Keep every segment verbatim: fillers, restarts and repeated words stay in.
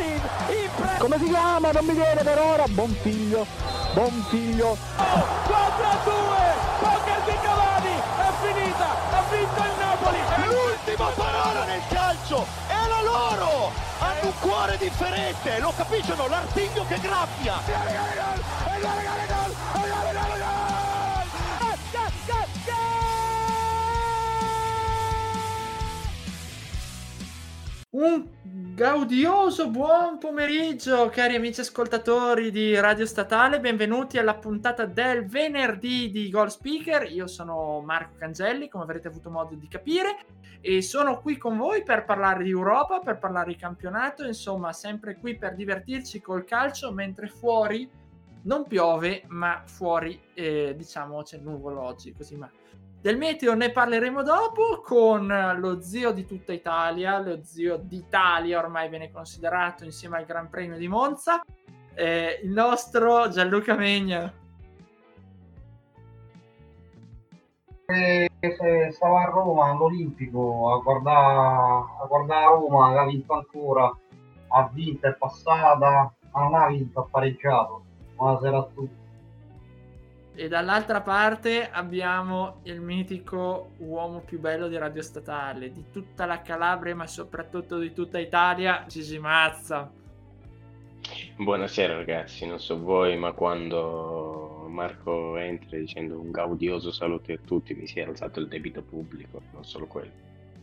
Higuain, impre- come si chiama? Non mi viene per ora. Buon figlio, buon figlio. quattro a due, poker di Cavani, è finita, ha vinto il Napoli. È l'ultima parola nel calcio, è la loro. Hanno un cuore differente, lo capiscono, l'artiglio che graffia. Un gaudioso buon pomeriggio, cari amici ascoltatori di Radio Statale, benvenuti alla puntata del venerdì di Goal Speaker. Io sono Marco Cangelli, come avrete avuto modo di capire, e sono qui con voi per parlare di Europa, per parlare di campionato, insomma sempre qui per divertirci col calcio, mentre fuori non piove, ma fuori eh, diciamo c'è nuvolo oggi, così ma... Del meteo ne parleremo dopo con lo zio di tutta Italia, lo zio d'Italia ormai viene considerato insieme al Gran Premio di Monza, eh, il nostro Gianluca Megna. Eh, se stavo a Roma all'Olimpico a guardare a guardare Roma che ha vinto ancora, ha vinto, è passata, ma non ha vinto, ha pareggiato. Buonasera a tutti. E dall'altra parte abbiamo il mitico uomo più bello di Radio Statale, di tutta la Calabria, ma soprattutto di tutta Italia, Gigi Mazza. Buonasera ragazzi, non so voi, ma quando Marco entra dicendo un gaudioso saluto a tutti, mi si è alzato il debito pubblico, non solo quello.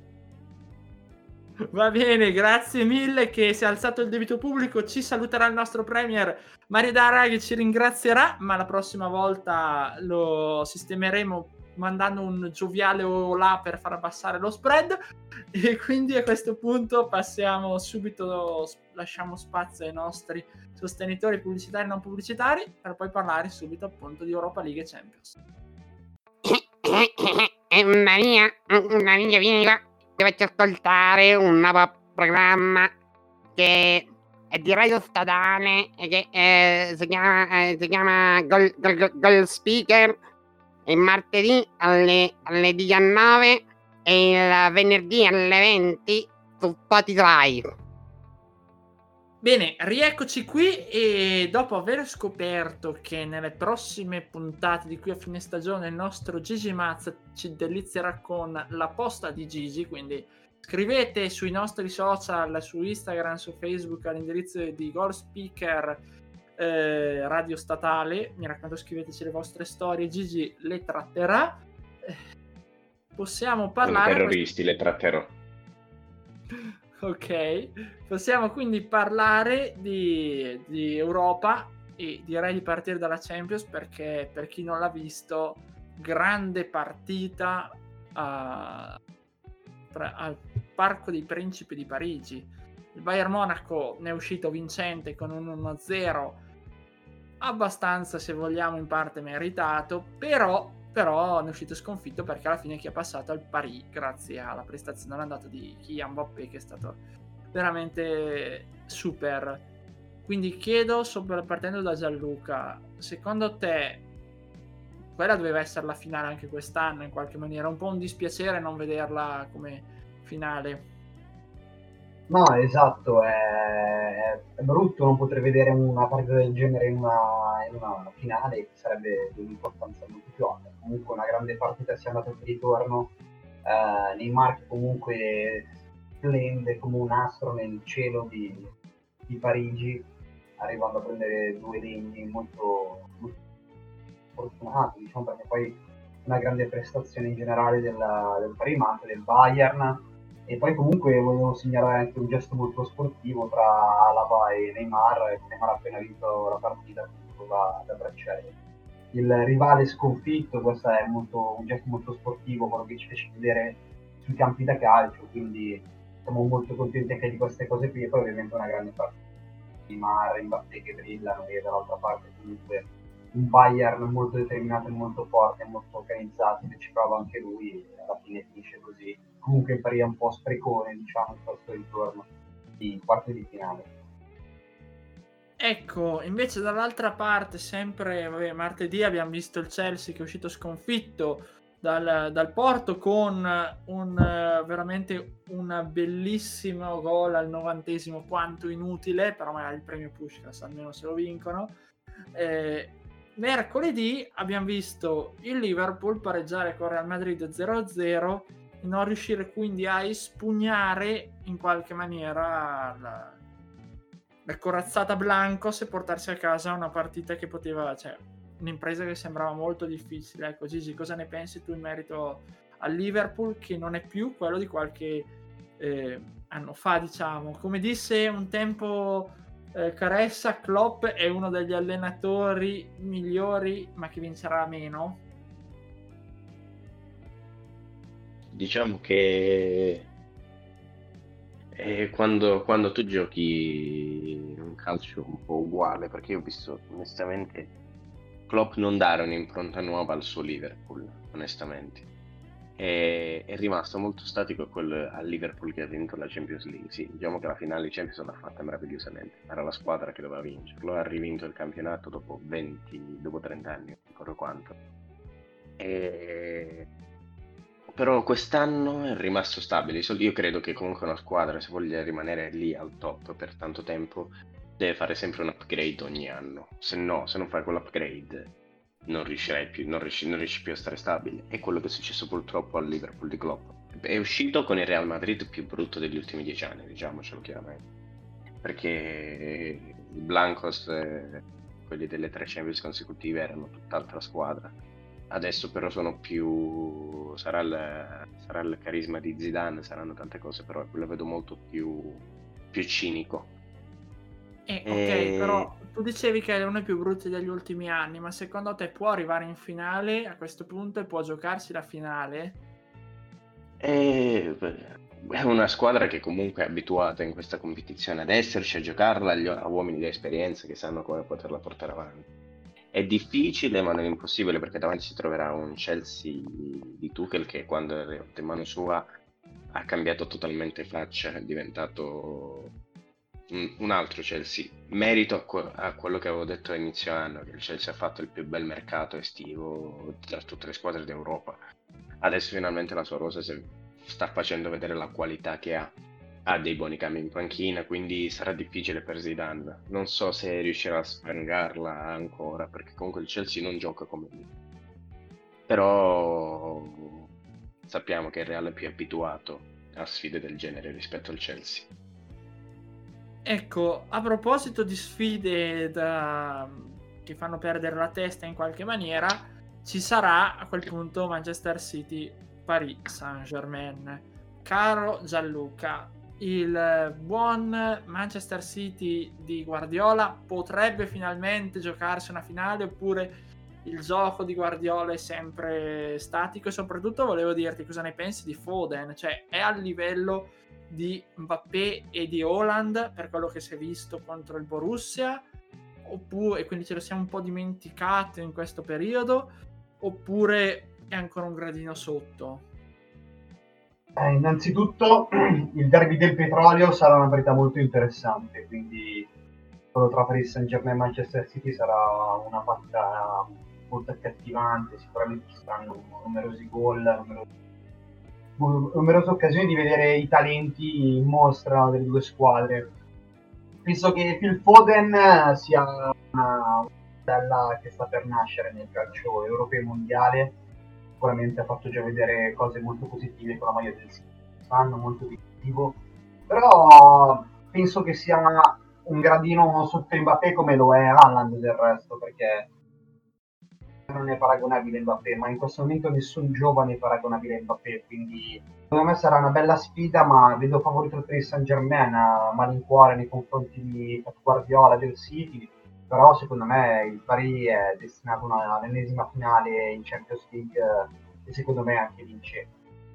Va bene, grazie mille che si è alzato il debito pubblico, ci saluterà il nostro premier Mario Dara che ci ringrazierà, ma la prossima volta lo sistemeremo mandando un gioviale olà per far abbassare lo spread. E quindi a questo punto passiamo subito, lasciamo spazio ai nostri sostenitori pubblicitari e non pubblicitari per poi parlare subito appunto di Europa League e Champions. Maria, Maria, vieni qua. Dovete ascoltare un nuovo programma che è di Radio Statale e che eh, si chiama, eh, si chiama Goal, Goal, Goal Speaker il martedì alle, alle diciannove e il venerdì alle venti su Spotify. Bene, rieccoci qui e dopo aver scoperto che nelle prossime puntate di qui a fine stagione il nostro Gigi Mazza ci delizierà con la posta di Gigi, quindi scrivete sui nostri social, su Instagram, su Facebook all'indirizzo di Goal Speaker eh, Radio Statale, mi raccomando scriveteci le vostre storie, Gigi le tratterà. Possiamo parlare... Come terroristi le tratterò. Ok, possiamo quindi parlare di, di Europa e direi di partire dalla Champions perché per chi non l'ha visto, grande partita a, tra, al Parco dei Principi di Parigi. Il Bayern Monaco ne è uscito vincente con un uno a zero abbastanza, se vogliamo, in parte meritato, però però ne è uscito sconfitto perché alla fine chi è passato al Paris grazie alla prestazione all'andata di Kylian Mbappé, che è stato veramente super. Quindi chiedo, partendo da Gianluca, secondo te quella doveva essere la finale anche quest'anno in qualche maniera? Un po' un dispiacere non vederla come finale. No, esatto, è, è brutto non poter vedere una partita del genere in una, in una finale, che sarebbe di un'importanza molto più alta. Comunque una grande partita sia andata per ritorno, eh, Neymar che comunque splende come un astro nel cielo di, di Parigi, arrivando a prendere due legni molto, molto fortunati, diciamo, perché poi una grande prestazione in generale della, del Paris, ma anche del Bayern. E poi comunque volevo segnalare anche un gesto molto sportivo tra Alaba e Neymar. Neymar ha appena vinto la partita da, da abbracciare il rivale sconfitto. Questo è molto, un gesto molto sportivo, quello che ci fece vedere sui campi da calcio, quindi siamo molto contenti anche di queste cose qui. E poi ovviamente una grande partita di Neymar, Mbappé che brillano, e dall'altra parte comunque un Bayern molto determinato e molto forte, molto organizzato, che ci prova anche lui e alla fine finisce così. Comunque il Paris è un po' sprecone, diciamo, in questo ritorno di quarti di finale. Ecco, invece dall'altra parte, sempre vabbè, martedì abbiamo visto il Chelsea che è uscito sconfitto dal, dal Porto con un veramente un bellissimo gol al novantesimo, quanto inutile, però magari il premio Puskás almeno se lo vincono. Eh, mercoledì abbiamo visto il Liverpool pareggiare con Real Madrid zero a zero e non riuscire quindi a espugnare in qualche maniera la, la corazzata Blancos e portarsi a casa una partita che poteva, cioè un'impresa che sembrava molto difficile. Ecco, Gigi, cosa ne pensi tu in merito al Liverpool, che non è più quello di qualche eh, anno fa, diciamo? Come disse un tempo eh, Caressa, Klopp è uno degli allenatori migliori, ma che vincerà meno. Diciamo che eh, quando, quando tu giochi un calcio un po' uguale, perché io ho visto onestamente Klopp non dare un'impronta nuova al suo Liverpool, onestamente. È, è rimasto molto statico quel, al Liverpool che ha vinto la Champions League. Sì, diciamo che la finale di Champions l'ha fatta meravigliosamente. Era la squadra che doveva vincerlo, ha rivinto il campionato dopo venti, dopo trenta anni, non ricordo quanto. E... Però quest'anno è rimasto stabile. Io credo che comunque una squadra, se voglia rimanere lì al top per tanto tempo, deve fare sempre un upgrade ogni anno. Se no, se non fai quell'upgrade non riuscirai più, non riesci, non riesci più a stare stabile. È quello che è successo purtroppo al Liverpool di Klopp. È uscito con il Real Madrid più brutto degli ultimi dieci anni, diciamocelo chiaramente, perché i Blancos, eh, quelli delle tre Champions consecutive, erano tutt'altra squadra. Adesso però sono più, sarà il, sarà il carisma di Zidane, saranno tante cose, però lo vedo molto più, più cinico. Eh, ok, E- però tu dicevi che è uno dei più brutti degli ultimi anni, ma secondo te può arrivare in finale a questo punto e può giocarsi la finale? e- è una squadra che comunque è abituata in questa competizione ad esserci, a giocarla, agli- a uomini di esperienza che sanno come poterla portare avanti. È difficile, ma non è impossibile, perché davanti si troverà un Chelsea di Tuchel che quando è arrivato in mano sua ha cambiato totalmente faccia, è diventato un, un altro Chelsea. Merito a, que- a quello che avevo detto a inizio anno, che il Chelsea ha fatto il più bel mercato estivo tra tutte le squadre d'Europa. Adesso finalmente la sua rosa si sta facendo vedere la qualità che ha. Ha dei buoni cambi in panchina, quindi sarà difficile per Zidane. Non so se riuscirà a sprangarla ancora, perché comunque il Chelsea non gioca come lui. Però sappiamo che il Real è più abituato a sfide del genere rispetto al Chelsea. Ecco, a proposito di sfide da... che fanno perdere la testa in qualche maniera, ci sarà a quel punto Manchester City Paris Saint-Germain. Caro Gianluca, il buon Manchester City di Guardiola potrebbe finalmente giocarsi una finale, oppure il gioco di Guardiola è sempre statico? E soprattutto volevo dirti cosa ne pensi di Foden, cioè è al livello di Mbappé e di Haaland per quello che si è visto contro il Borussia, oppure, e quindi ce lo siamo un po' dimenticato in questo periodo, oppure è ancora un gradino sotto? Eh, innanzitutto il derby del petrolio sarà una partita molto interessante, quindi quello tra Paris Saint-Germain e Manchester City sarà una partita molto accattivante. Sicuramente ci saranno numerosi gol, numerosi, numerose occasioni di vedere i talenti in mostra delle due squadre. Penso che Phil Foden sia una stella che sta per nascere nel calcio europeo e mondiale. Sicuramente ha fatto già vedere cose molto positive con la maglia del City, fanno molto positivo, però penso che sia un gradino sotto Mbappé, come lo è Haaland del resto, perché non è paragonabile Mbappé, ma in questo momento nessun giovane è paragonabile a Mbappé, quindi secondo me sarà una bella sfida, ma vedo favorito il Paris Saint-Germain a malincuore nei confronti di Guardiola del City. Però secondo me il Paris è destinato a un'ennesima finale in Champions League e secondo me anche vince.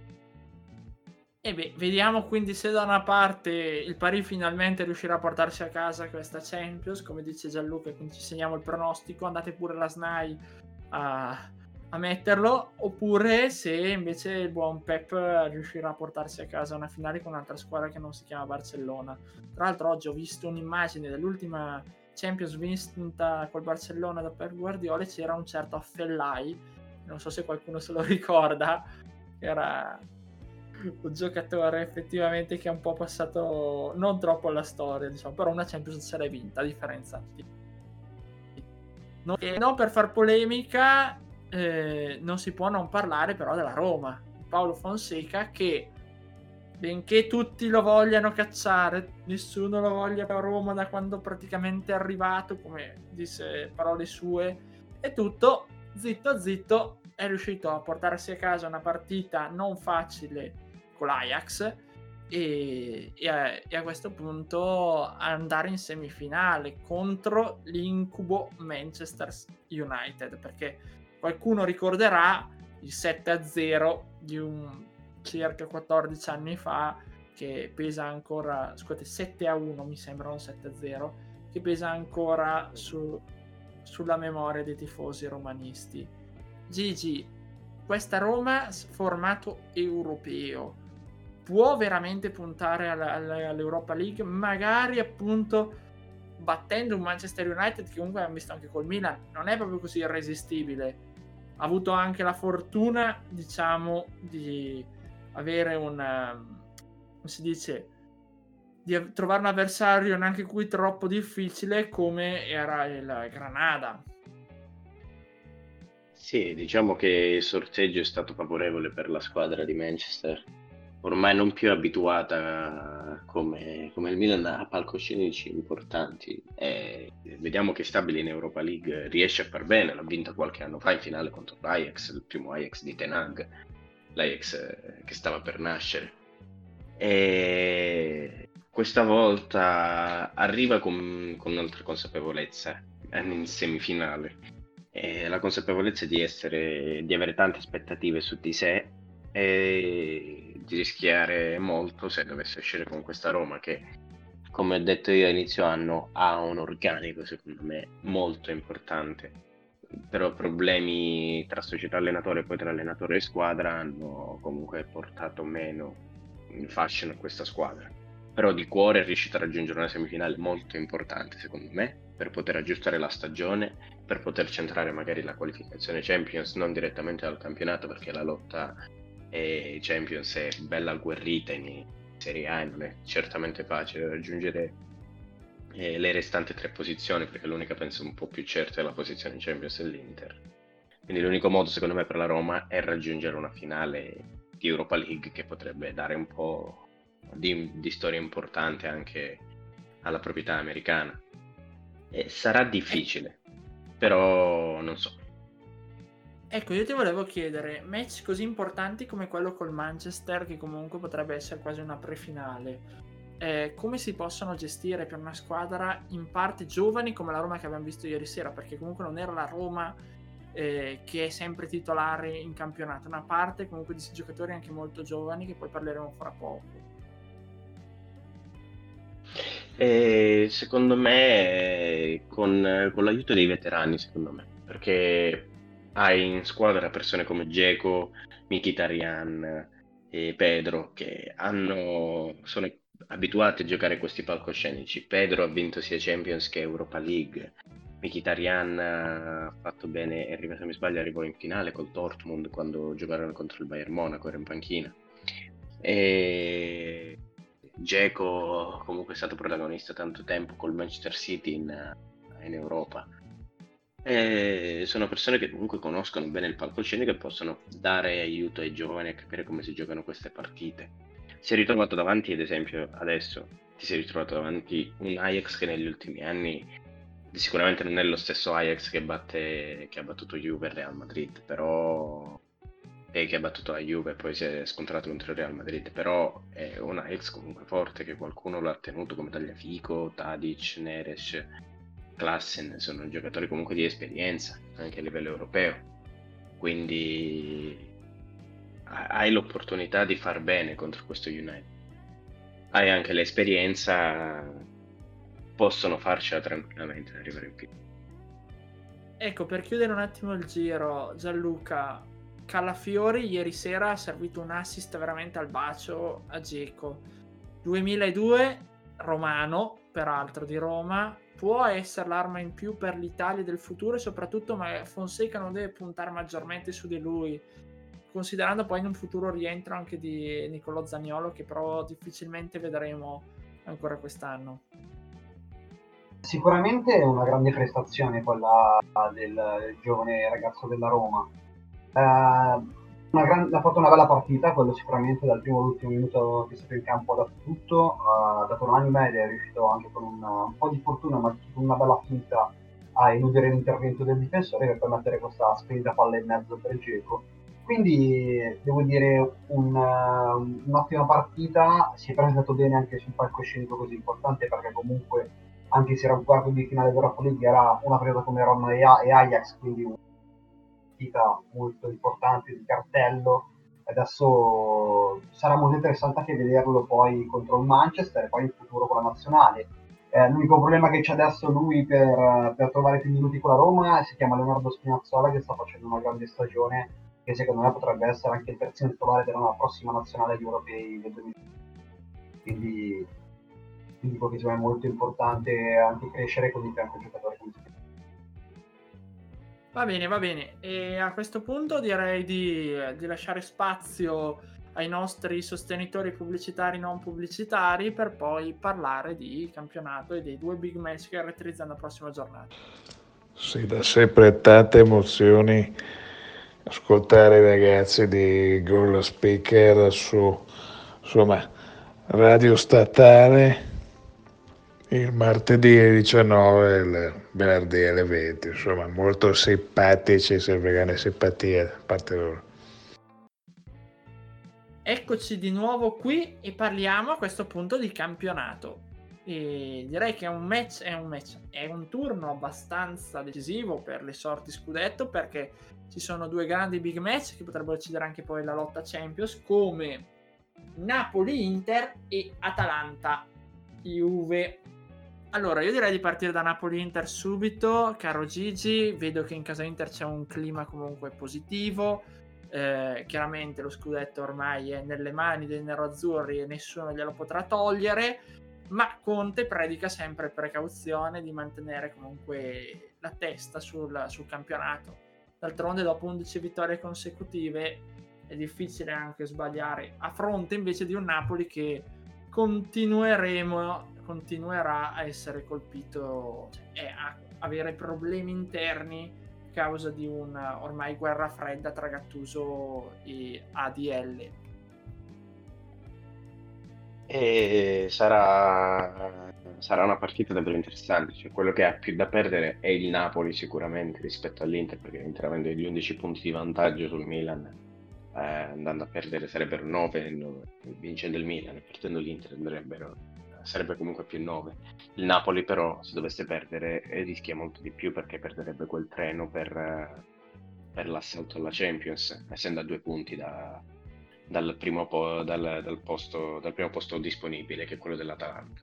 E beh, vediamo quindi se da una parte il Paris finalmente riuscirà a portarsi a casa questa Champions, come dice Gianluca, quindi ci segniamo il pronostico, andate pure alla S N A I a, a metterlo, oppure se invece il buon Pep riuscirà a portarsi a casa una finale con un'altra squadra che non si chiama Barcellona. Tra l'altro oggi ho visto un'immagine dell'ultima Champions vinta col Barcellona da Pep Guardiola, c'era un certo Affellai non so se qualcuno se lo ricorda, era un giocatore effettivamente che è un po' passato non troppo alla storia, diciamo, però una Champions se l'è vinta, a differenza di... non, e non per far polemica, eh, non si può non parlare però della Roma, Paolo Fonseca, che benché tutti lo vogliano cacciare, nessuno lo voglia a Roma da quando praticamente è arrivato, come disse parole sue e tutto, zitto zitto è riuscito a portarsi a casa una partita non facile con l'Ajax e, e, a, e a questo punto andare in semifinale contro l'incubo Manchester United, perché qualcuno ricorderà il sette a zero di un circa quattordici anni fa, che pesa ancora, scusate, sette a uno mi sembra, non sette a zero, che pesa ancora su, sulla memoria dei tifosi romanisti. Gigi, questa Roma formato europeo può veramente puntare alla, alla, all'Europa League, magari appunto battendo un Manchester United che comunque abbiamo visto anche col Milan non è proprio così irresistibile, ha avuto anche la fortuna, diciamo, di avere un, come si dice, di trovare un avversario neanche qui troppo difficile come era il Granada. Sì, diciamo che il sorteggio è stato favorevole per la squadra di Manchester, ormai non più abituata come, come il Milan a palcoscenici importanti, e vediamo che è stabile in Europa League, riesce a far bene, l'ha vinta qualche anno fa in finale contro l'Ajax, il primo Ajax di Ten Hag, l'Ajax che stava per nascere, e questa volta arriva con, con un'altra consapevolezza in semifinale, e la consapevolezza di essere, di avere tante aspettative su di sé e di rischiare molto se dovesse uscire con questa Roma che, come ho detto io a inizio anno, ha un organico secondo me molto importante, però problemi tra società allenatore e poi tra allenatore e squadra hanno comunque portato meno in fascino a questa squadra, però di cuore è riuscita a raggiungere una semifinale molto importante secondo me per poter aggiustare la stagione, per poter centrare magari la qualificazione Champions non direttamente dal campionato, perché la lotta e Champions è bella agguerrita in Serie A e non è certamente facile raggiungere eh, le restanti tre posizioni, perché l'unica penso un po' più certa è la posizione in Champions dell'Inter, quindi l'unico modo secondo me per la Roma è raggiungere una finale di Europa League che potrebbe dare un po' di, di storia importante anche alla proprietà americana, e sarà difficile, però non so. Ecco, io ti volevo chiedere, match così importanti come quello col Manchester, che comunque potrebbe essere quasi una prefinale, eh, come si possono gestire per una squadra in parte giovani come la Roma che abbiamo visto ieri sera, perché comunque non era la Roma eh, che è sempre titolare in campionato, una parte comunque di giocatori anche molto giovani che poi parleremo fra poco. E secondo me con, con l'aiuto dei veterani, secondo me, perché hai in squadra persone come Dzeko, Mkhitaryan e Pedro che hanno, sono abituati a giocare questi palcoscenici. Pedro ha vinto sia Champions che Europa League, Mkhitaryan ha fatto bene, è arrivato, se mi sbaglio arrivò in finale col Dortmund quando giocarono contro il Bayern Monaco, era in panchina, e Dzeko comunque è stato protagonista tanto tempo col Manchester City in, in Europa, e sono persone che comunque conoscono bene il palcoscenico e possono dare aiuto ai giovani a capire come si giocano queste partite. Si è ritrovato davanti, ad esempio adesso ti sei ritrovato davanti un Ajax che negli ultimi anni sicuramente non è lo stesso Ajax che batte, che ha battuto Juve e Real Madrid, però e che ha battuto la Juve e poi si è scontrato contro il Real Madrid, però è un Ajax comunque forte che qualcuno l'ha tenuto, come Tagliafico, Tadic, Neres, Klassen, sono giocatori comunque di esperienza anche a livello europeo, quindi hai l'opportunità di far bene contro questo United, hai anche l'esperienza, possono farcela tranquillamente ad arrivare in finale. Ecco, per chiudere un attimo il giro, Gianluca, Calafiori ieri sera ha servito un assist veramente al bacio a Dzeko, duemiladue, romano peraltro di Roma, può essere l'arma in più per l'Italia del futuro, e soprattutto ma Fonseca non deve puntare maggiormente su di lui, considerando poi in un futuro rientro anche di Nicolò Zaniolo, che però difficilmente vedremo ancora quest'anno. Sicuramente è una grande prestazione quella del, del giovane ragazzo della Roma. Eh, una gran, ha fatto una bella partita, quello sicuramente, dal primo all'ultimo minuto che è stato in campo, ha dato tutto, ha dato l'anima ed è riuscito anche con una, un po' di fortuna, ma con una bella finta, a eludere l'intervento del difensore per poi mettere questa splendida palla in mezzo per Dzeko. Quindi devo dire un, uh, un'ottima partita, si è presentato bene anche sul palcoscenico così importante, perché comunque anche se era un quarto di finale d'Europa League era una partita come Roma e, A- e Ajax, quindi una partita molto importante di cartello. Adesso sarà molto interessante anche vederlo poi contro il Manchester e poi in futuro con la nazionale. Eh, l'unico problema che c'è adesso lui per, per trovare più minuti con la Roma si chiama Leonardo Spinazzola, che sta facendo una grande stagione, che secondo me potrebbe essere anche il terzino titolare della prossima nazionale agli europei del duemilaventi. Quindi, quindi dico che è molto importante anche crescere con il fianco giocatore. Va bene, va bene. E a questo punto direi di, di lasciare spazio ai nostri sostenitori pubblicitari non pubblicitari per poi parlare di campionato e dei due big match che caratterizzano la prossima giornata. Sì, da sempre tante emozioni ascoltare i ragazzi di Goal Speaker su, insomma, radio statale il martedì alle diciannove e il venerdì alle venti, insomma molto simpatici, sempre grande simpatia da parte loro. Eccoci di nuovo qui e parliamo a questo punto di campionato. E direi che è un match, è un match, è un turno abbastanza decisivo per le sorti scudetto, perché ci sono due grandi big match che potrebbero decidere anche poi la lotta Champions, come Napoli-Inter e Atalanta-Juve. Allora, io direi di partire da Napoli-Inter subito, caro Gigi. Vedo che in casa Inter c'è un clima comunque positivo. Eh, chiaramente lo scudetto ormai è nelle mani dei neroazzurri e nessuno glielo potrà togliere, ma Conte predica sempre precauzione di mantenere comunque la testa sul, sul campionato. D'altronde dopo undici vittorie consecutive è difficile anche sbagliare, a fronte invece di un Napoli che continueremo continuerà a essere colpito, cioè a avere problemi interni a causa di una ormai guerra fredda tra Gattuso e A D L. E sarà, sarà una partita davvero interessante, cioè quello che ha più da perdere è il Napoli sicuramente rispetto all'Inter, perché l'Inter, avendo gli undici punti di vantaggio sul Milan, eh, andando a perdere sarebbero nove, vincendo il Milan e perdendo l'Inter andrebbero sarebbe comunque più nove. Il Napoli però, se dovesse perdere, rischia molto di più, perché perderebbe quel treno per, per l'assalto alla Champions, essendo a due punti da, dal, primo po- dal, dal, posto, dal primo posto disponibile, che è quello dell'Atalanta.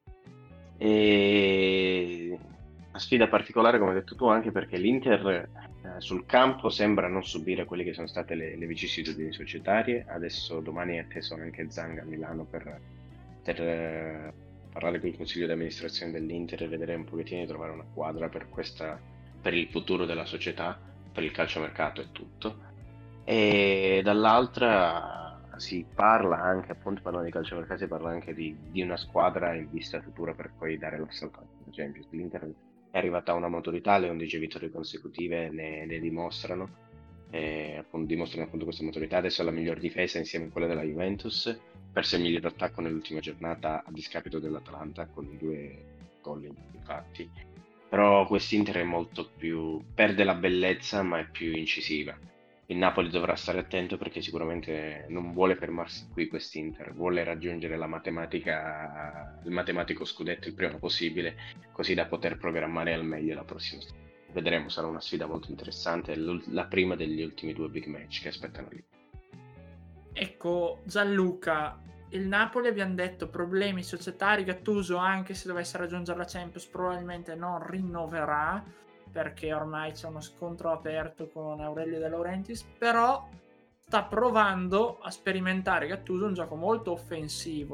E una sfida particolare, come hai detto tu, anche perché l'Inter eh, sul campo sembra non subire quelle che sono state le, le vicissitudini societarie. Adesso domani è atteso anche Zanga a Milano per per eh, parlare con il consiglio di amministrazione dell'Inter e vedere un pochettino di trovare una quadra per questa, per il futuro della società, per il calciomercato e tutto. E dall'altra si parla anche, appunto parlando di calciomercato, si parla anche di, di una squadra in vista futura per poi dare l'assalto alla Champions. L'Inter è arrivata a una maturità, le undici vittorie consecutive ne, ne dimostrano, e appunto dimostrano appunto questa maturità. Adesso è la miglior difesa insieme a quella della Juventus, perse il miglior attacco nell'ultima giornata a discapito dell'Atalanta con due gol infatti. Però quest'Inter è molto più, perde la bellezza ma è più incisiva. Il Napoli dovrà stare attento, perché sicuramente non vuole fermarsi qui quest'Inter, vuole raggiungere la matematica, il matematico scudetto il prima possibile, così da poter programmare al meglio la prossima stagione. Vedremo, sarà una sfida molto interessante, la prima degli ultimi due big match che aspettano lì. Ecco, Gianluca, il Napoli, abbiamo detto, problemi societari. Gattuso, anche se dovesse raggiungere la Champions, probabilmente non rinnoverà, perché ormai c'è uno scontro aperto con Aurelio De Laurentiis, però sta provando a sperimentare Gattuso un gioco molto offensivo,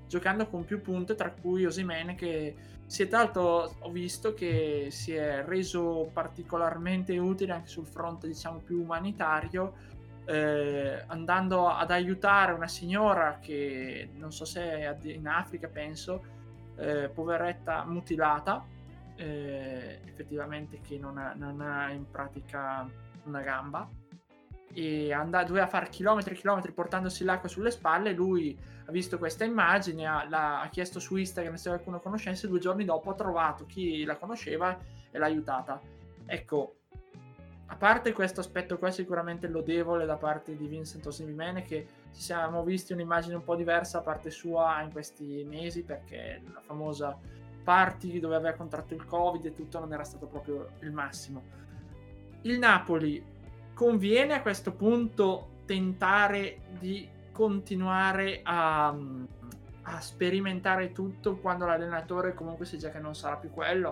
giocando con più punte, tra cui Osimhen, che si è tanto, ho visto che si è reso particolarmente utile anche sul fronte, diciamo, più umanitario, eh, andando ad aiutare una signora che non so se è in Africa, penso, eh, poveretta, mutilata, eh, effettivamente, che non ha, non ha in pratica una gamba, e andava, doveva fare chilometri e chilometri portandosi l'acqua sulle spalle. Lui ha visto questa immagine, ha, l'ha, ha chiesto su Instagram se qualcuno conoscesse, due giorni dopo ha trovato chi la conosceva e l'ha aiutata. Ecco, a parte questo aspetto qua sicuramente lodevole da parte di Vincent Osimhen, che ci siamo visti un'immagine un po' diversa a parte sua in questi mesi, perché la famosa party dove aveva contratto il Covid e tutto non era stato proprio il massimo. Il Napoli conviene a questo punto tentare di continuare a, a sperimentare tutto quando l'allenatore comunque si sa che non sarà più quello?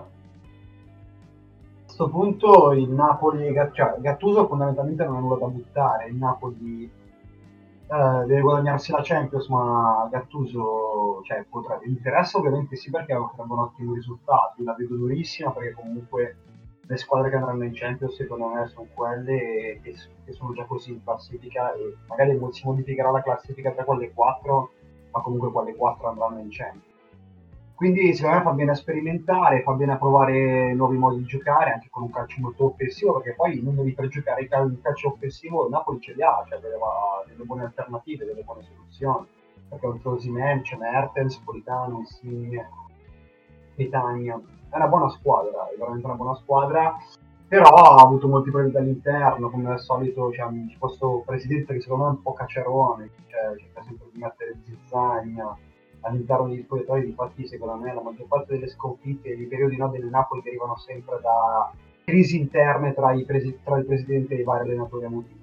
A questo punto il Napoli, cioè Gattuso fondamentalmente non ha nulla da buttare, il Napoli eh, deve guadagnarsi la Champions, ma Gattuso, cioè, potrà, interessa ovviamente sì, perché avranno ottimi risultati, la vedo durissima perché comunque le squadre che andranno in Champions secondo me sono quelle che, che sono già così in classifica, e magari si modificherà la classifica tra quelle quattro, ma comunque quelle quattro andranno in Champions. Quindi secondo me fa bene a sperimentare, fa bene a provare nuovi modi di giocare, anche con un calcio molto offensivo, perché poi i numeri per giocare il calcio offensivo il Napoli ce li ha, cioè aveva delle buone alternative, delle buone soluzioni, perché oltre a Osimhen c'è Mertens, Politano, Insigne, Petagna. È una buona squadra, è veramente una buona squadra, però ha avuto molti problemi dall'interno, come al solito c'è questo presidente che secondo me è un po' cacciarone, cioè cerca sempre di mettere zizzania all'interno degli spogliatoi. Difatti secondo me la maggior parte delle sconfitte, i periodi no del Napoli derivano sempre da crisi interne tra, i presi- tra il presidente e i vari allenatori amuti.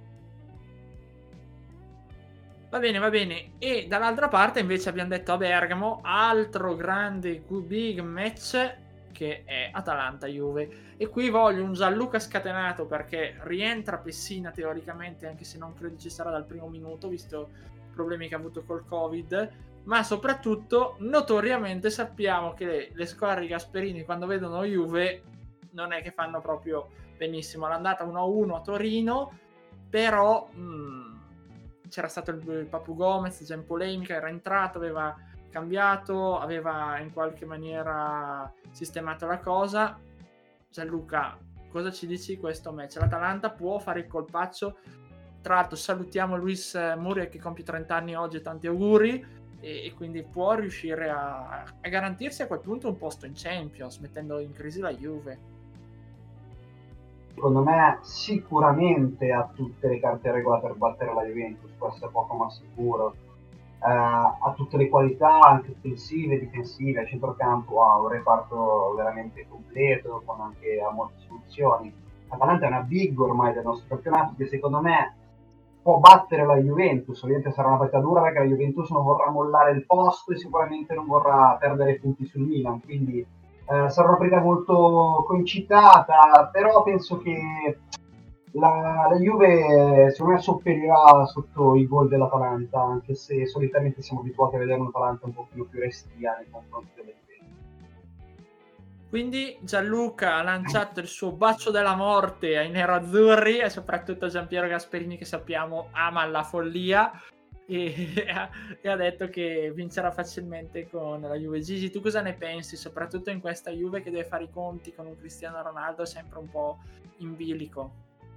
Va bene, va bene. E dall'altra parte invece abbiamo detto a Bergamo, altro grande big match che è Atalanta-Juve. E qui voglio un Gianluca scatenato, perché rientra Pessina teoricamente, anche se non credo ci sarà dal primo minuto, visto i problemi che ha avuto col Covid. Ma soprattutto, notoriamente sappiamo che le, le squadre di Gasperini, quando vedono Juve, non è che fanno proprio benissimo. L'andata uno a uno a Torino, però... Mh, c'era stato il, il Papu Gomez già in polemica, era entrato, aveva cambiato, aveva in qualche maniera sistemato la cosa. Gianluca, cosa ci dici di questo match? L'Atalanta può fare il colpaccio? Tra l'altro salutiamo Luis Muriel che compie trenta anni oggi, tanti auguri, e, e quindi può riuscire a, a garantirsi a quel punto un posto in Champions, mettendo in crisi la Juve. Secondo me sicuramente ha tutte le carte in regola per battere la Juventus, questo è poco ma sicuro. Eh, ha tutte le qualità anche offensive, difensive, a centrocampo ha un reparto veramente completo, con anche ha molte soluzioni. L'Atalanta è una big ormai del nostro campionato, che secondo me può battere la Juventus. Ovviamente sarà una partita dura perché la Juventus non vorrà mollare il posto e sicuramente non vorrà perdere punti sul Milan, quindi Eh, sarà una partita molto concitata, però penso che la, la Juve secondo me sopperirà sotto i gol dell'Atalanta, anche se solitamente siamo abituati a vedere un'Atalanta un pochino più restia nei confronti delle Juve. Quindi Gianluca ha lanciato il suo bacio della morte ai nerazzurri e soprattutto a Giampiero Gasperini, che sappiamo ama la follia, e ha, e ha detto che vincerà facilmente con la Juve. Gigi, tu cosa ne pensi, soprattutto in questa Juve che deve fare i conti con un Cristiano Ronaldo sempre un po' in bilico?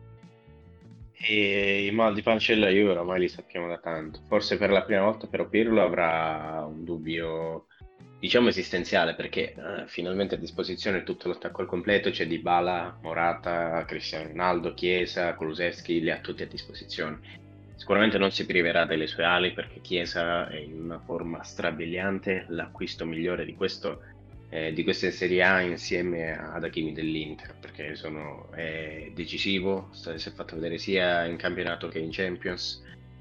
E i mal di pancia della Juve oramai li sappiamo da tanto. Forse per la prima volta però Pirlo avrà un dubbio, diciamo, esistenziale, perché eh, finalmente a disposizione tutto l'attacco al completo, c'è Dybala, Morata, Cristiano Ronaldo, Chiesa, Kulusevski, li ha tutti a disposizione. Sicuramente non si priverà delle sue ali, perché Chiesa è in una forma strabiliante, l'acquisto migliore di questo eh, di questa Serie A insieme ad Hakimi dell'Inter, perché sono, è decisivo, si è fatto vedere sia in campionato che in Champions.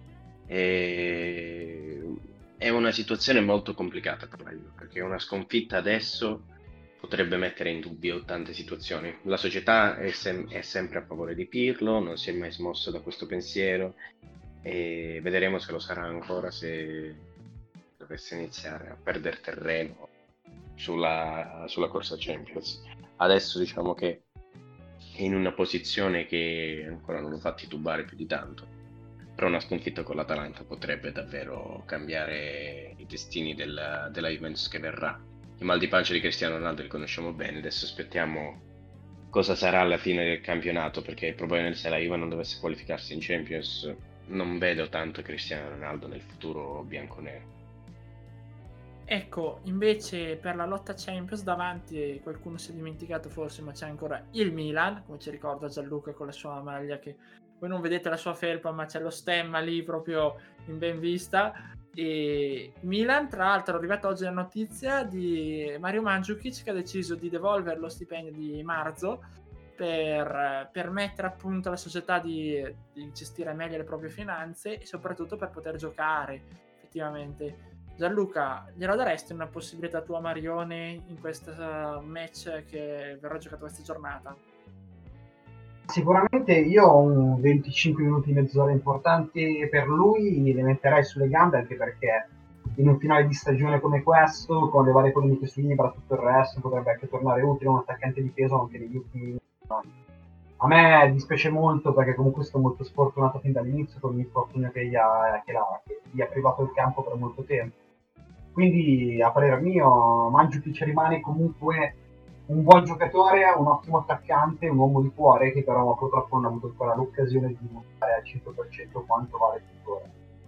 E è una situazione molto complicata per la Juve, perché una sconfitta adesso potrebbe mettere in dubbio tante situazioni. La società è, sem- è sempre a favore di Pirlo, non si è mai smosso da questo pensiero, e vedremo se lo sarà ancora se dovesse iniziare a perdere terreno sulla, sulla corsa Champions. Adesso diciamo che è in una posizione che ancora non lo fa titubare più di tanto, però una sconfitta con l'Atalanta potrebbe davvero cambiare i destini della, della Juventus che verrà. Il mal di pancia di Cristiano Ronaldo li conosciamo bene, adesso aspettiamo cosa sarà alla fine del campionato, perché probabilmente se la Juve non dovesse qualificarsi in Champions non vedo tanto Cristiano Ronaldo nel futuro bianconero. Ecco, invece per la lotta Champions davanti qualcuno si è dimenticato forse, ma c'è ancora il Milan, come ci ricorda Gianluca con la sua maglia, che voi non vedete la sua felpa ma c'è lo stemma lì proprio in ben vista. E Milan, tra l'altro, è arrivata oggi la notizia di Mario Mandzukic che ha deciso di devolvere lo stipendio di marzo per permettere appunto alla società di, di gestire meglio le proprie finanze e soprattutto per poter giocare effettivamente. Gianluca, gliela daresti una possibilità tua a Marione in questo match che verrà giocato questa giornata? Sicuramente io ho un venticinque minuti di mezz'ora importanti per lui, le metterei sulle gambe, anche perché in un finale di stagione come questo, con le varie polemiche su Ibra e tutto il resto, potrebbe anche tornare utile un attaccante di peso anche negli ultimi minuti. A me dispiace molto perché comunque sto molto sfortunato fin dall'inizio con l'infortunio che gli ha, che, che gli ha privato il campo per molto tempo. Quindi a parer mio Mandzukic rimane comunque un buon giocatore, un ottimo attaccante, un uomo di cuore che però purtroppo non ha avuto ancora l'occasione di dimostrare al cento per cento quanto vale tuttora.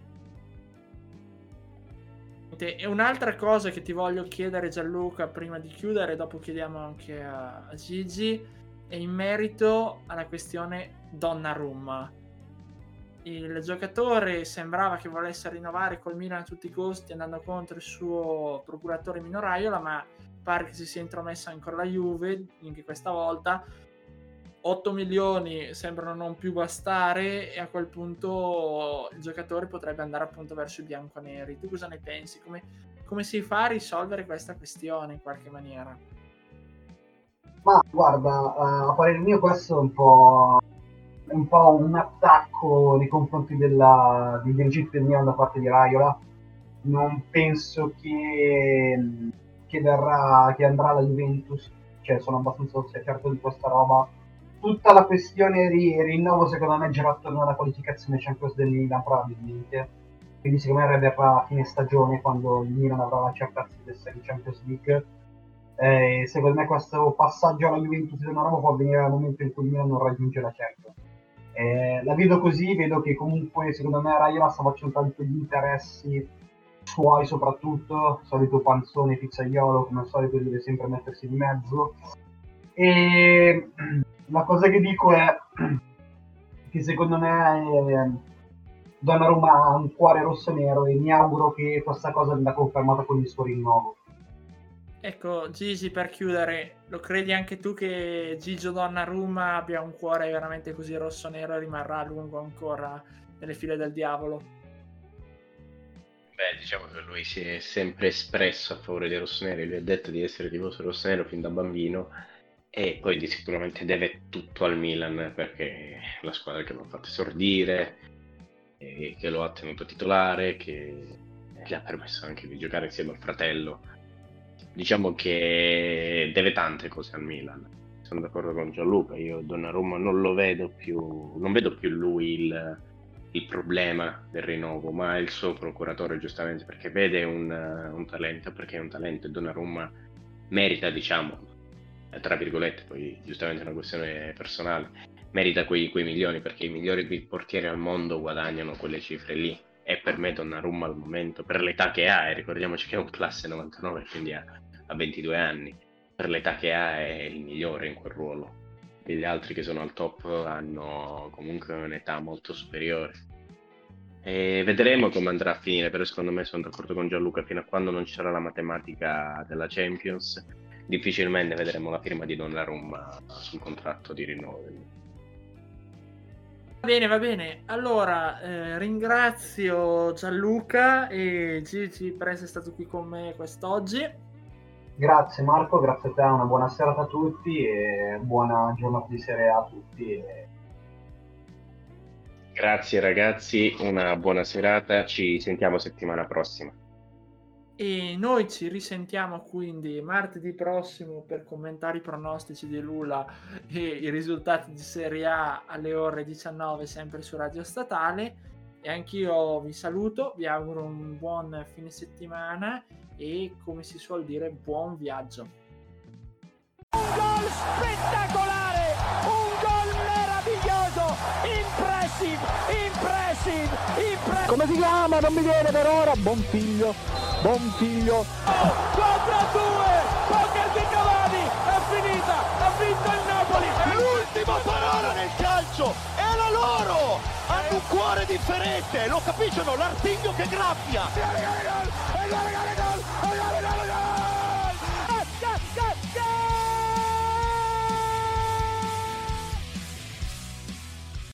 E un'altra cosa che ti voglio chiedere, Gianluca, prima di chiudere, dopo chiediamo anche a Gigi, è in merito alla questione Donnarumma. Il giocatore sembrava che volesse rinnovare col Milan a tutti i costi andando contro il suo procuratore Mino Raiola, ma pare che si sia intromessa ancora la Juve anche questa volta. otto milioni sembrano non più bastare e a quel punto il giocatore potrebbe andare appunto verso i bianconeri. Tu cosa ne pensi? Come, come si fa a risolvere questa questione in qualche maniera? Ma guarda, a parer mio questo è un po', è un, po' un attacco nei confronti della, dei dirigenti del Milan da parte di Raiola. Non penso che, che, verrà, che andrà alla Juventus, cioè sono abbastanza certo di questa roba. Tutta la questione di rinnovo secondo me girerà attorno alla qualificazione Champions del Milan probabilmente, quindi secondo me arriverà a fine stagione quando il Milan avrà la certezza di essere in Champions League. Eh, secondo me questo passaggio alla Juventus di Donnarumma può avvenire al momento in cui il Milan non raggiunge la Champions. Eh, la vedo così, vedo che comunque secondo me Raiola sta facendo tanto gli interessi suoi, soprattutto solito panzone pizzaiolo, come al solito deve sempre mettersi di mezzo. E la cosa che dico è che secondo me eh, Donnarumma ha un cuore rosso-nero e mi auguro che questa cosa venga confermata con il suo rinnovo. Ecco, Gigi, per chiudere, lo credi anche tu che Gigio Donnarumma abbia un cuore veramente così rosso-nero e rimarrà a lungo ancora nelle file del diavolo? Beh, diciamo che lui si è sempre espresso a favore dei rossoneri, lui ha detto di essere tifoso rossonero fin da bambino e poi di sicuramente deve tutto al Milan perché è la squadra che lo ha fatto esordire, e che lo ha tenuto titolare, che gli ha permesso anche di giocare insieme al fratello. Diciamo che deve tante cose al Milan. Sono d'accordo con Gianluca, io Donnarumma non lo vedo più, non vedo più lui il, il problema del rinnovo, ma il suo procuratore, giustamente, perché vede un, un talento, perché è un talento e Donnarumma merita, diciamo, tra virgolette, poi giustamente è una questione personale, merita quei, quei milioni, perché i migliori portieri al mondo guadagnano quelle cifre lì. E per me Donnarumma al momento, per l'età che ha, e ricordiamoci che è un classe novantanove, quindi ha, ha ventidue anni, per l'età che ha è il migliore in quel ruolo. E gli altri che sono al top hanno comunque un'età molto superiore. E vedremo come andrà a finire, però secondo me sono d'accordo con Gianluca, fino a quando non ci sarà la matematica della Champions, difficilmente vedremo la firma di Donnarumma sul contratto di rinnovo. Va bene, va bene. Allora, eh, ringrazio Gianluca e Gigi per essere stato qui con me quest'oggi. Grazie Marco, grazie a te, una buona serata a tutti e buona giornata di Serie A a tutti. E... Grazie ragazzi, una buona serata, ci sentiamo settimana prossima. E noi ci risentiamo quindi martedì prossimo per commentare i pronostici di Lula e i risultati di Serie A alle ore diciannove, sempre su Radio Statale. E anch'io vi saluto, vi auguro un buon fine settimana e, come si suol dire, buon viaggio. Un gol spettacolare, un gol meraviglioso, impressive, impressive, impressive. Come si chiama? Non mi viene per ora. Buon figlio, buon figlio. Oh, quattro a due, poker di Cavani, è finita, ha vinto il Napoli. L'ultima parola nel calcio è la loro. Hanno un cuore differente, lo capiscono, l'artiglio che graffia. E gol, e gol, e gol, e gol, e gol, e gol.